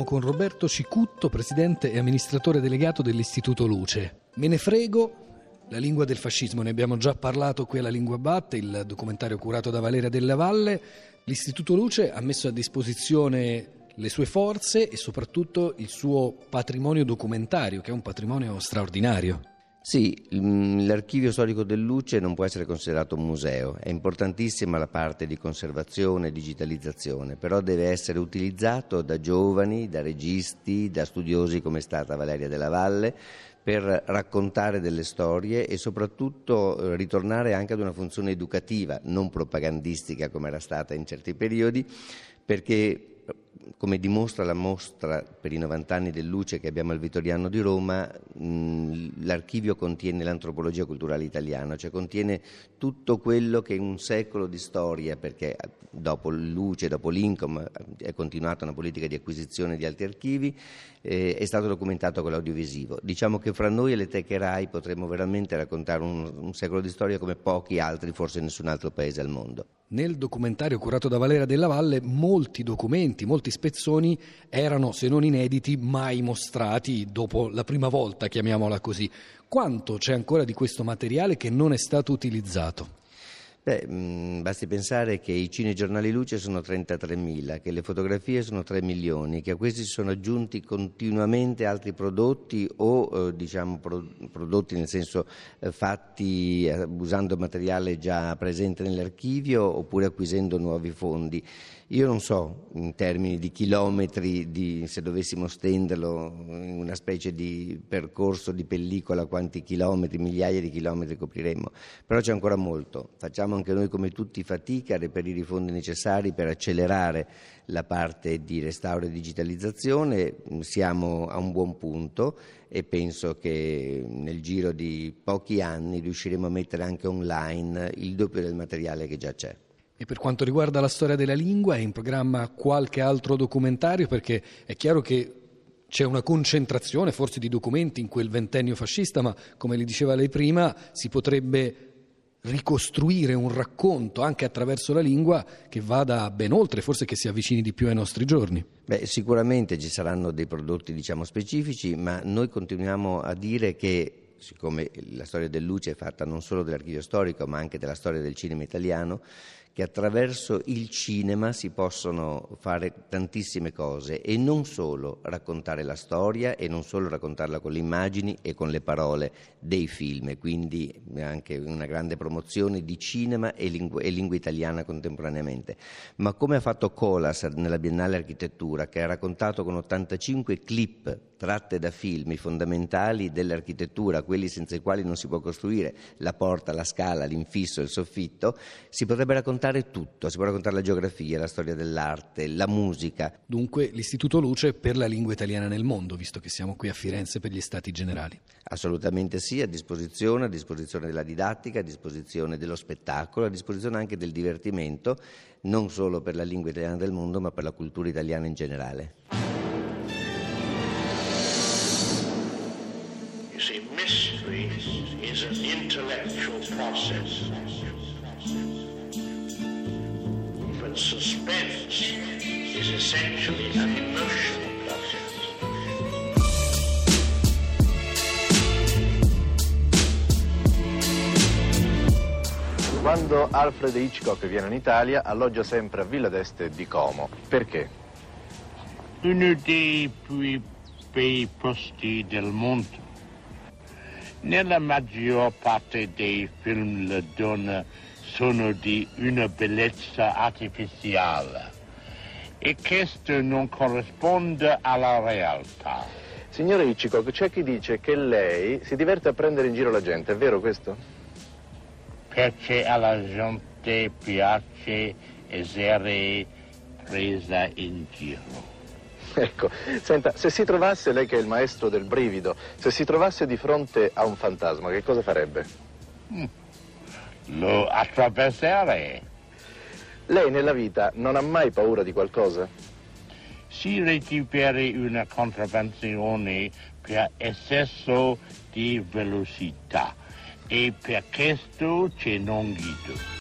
con Roberto Cicutto, presidente e amministratore delegato dell'Istituto Luce. Me ne frego, la lingua del fascismo, ne abbiamo già parlato qui alla Lingua Batte, il documentario curato da Valeria Della Valle. L'Istituto Luce ha messo a disposizione le sue forze e soprattutto il suo patrimonio documentario, che è un patrimonio straordinario. Sì, l'archivio storico del Luce non può essere considerato un museo, è importantissima la parte di conservazione e digitalizzazione, però deve essere utilizzato da giovani, da registi, da studiosi come è stata Valeria Della Valle, per raccontare delle storie e soprattutto ritornare anche ad una funzione educativa, non propagandistica come era stata in certi periodi, perché come dimostra la mostra per i 90 anni del Luce che abbiamo al Vittoriano di Roma, l'archivio contiene l'antropologia culturale italiana, cioè contiene tutto quello che in un secolo di storia, perché dopo il Luce, dopo l'Incom è continuata una politica di acquisizione di altri archivi, è stato documentato con l'audiovisivo. Diciamo che fra noi e le teche Rai potremmo veramente raccontare un secolo di storia come pochi altri, forse nessun altro paese al mondo. Nel documentario curato da Valeria Della Valle molti documenti, molti spezzoni erano, se non inediti, mai mostrati dopo la prima volta, chiamiamola così. Quanto c'è ancora di questo materiale che non è stato utilizzato? Basti pensare che i cinegiornali Luce sono 33.000, che le fotografie sono 3 milioni, che a questi si sono aggiunti continuamente altri prodotti o prodotti nel senso fatti usando materiale già presente nell'archivio oppure acquisendo nuovi fondi. Io non so in termini di chilometri, se dovessimo stenderlo in una specie di percorso di pellicola, quanti chilometri, migliaia di chilometri copriremo, però c'è ancora molto. Facciamo anche noi come tutti fatica a reperire i fondi necessari per accelerare la parte di restauro e digitalizzazione, siamo a un buon punto e penso che nel giro di pochi anni riusciremo a mettere anche online il doppio del materiale che già c'è. E per quanto riguarda la storia della lingua, è in programma qualche altro documentario? Perché è chiaro che c'è una concentrazione forse di documenti in quel ventennio fascista, ma come le diceva lei prima, si potrebbe ricostruire un racconto anche attraverso la lingua che vada ben oltre, forse che si avvicini di più ai nostri giorni. Sicuramente ci saranno dei prodotti specifici, ma noi continuiamo a dire che siccome la storia del Luce è fatta non solo dell'archivio storico ma anche della storia del cinema italiano, che attraverso il cinema si possono fare tantissime cose e non solo raccontare la storia e non solo raccontarla con le immagini e con le parole dei film, quindi anche una grande promozione di cinema e lingua italiana contemporaneamente, ma come ha fatto Colas nella Biennale Architettura, che ha raccontato con 85 clip tratte da film i fondamentali dell'architettura, quelli senza i quali non si può costruire, la porta, la scala, l'infisso, il soffitto, si potrebbe raccontare tutto, si può raccontare la geografia, la storia dell'arte, la musica. Dunque l'Istituto Luce per la lingua italiana nel mondo, visto che siamo qui a Firenze per gli Stati Generali. Assolutamente sì, a disposizione della didattica, a disposizione dello spettacolo, a disposizione anche del divertimento, non solo per la lingua italiana del mondo, ma per la cultura italiana in generale. Mystery is an intellectual process, but suspense is essentially an emotional process. Quando Alfred Hitchcock viene in Italia alloggia sempre a Villa d'Este di Como. Perché? Uno dei più bei posti del mondo. Nella maggior parte dei film le donne sono di una bellezza artificiale e questo non corrisponde alla realtà. Signore Hitchcock, c'è chi dice che lei si diverte a prendere in giro la gente, è vero questo? Perché alla gente piace essere presa in giro. Ecco, senta, se si trovasse, lei che è il maestro del brivido, se si trovasse di fronte a un fantasma, che cosa farebbe? Lo attraverserei. Lei nella vita non ha mai paura di qualcosa? Si recupera una contravvenzione per eccesso di velocità e per questo c'è non guido.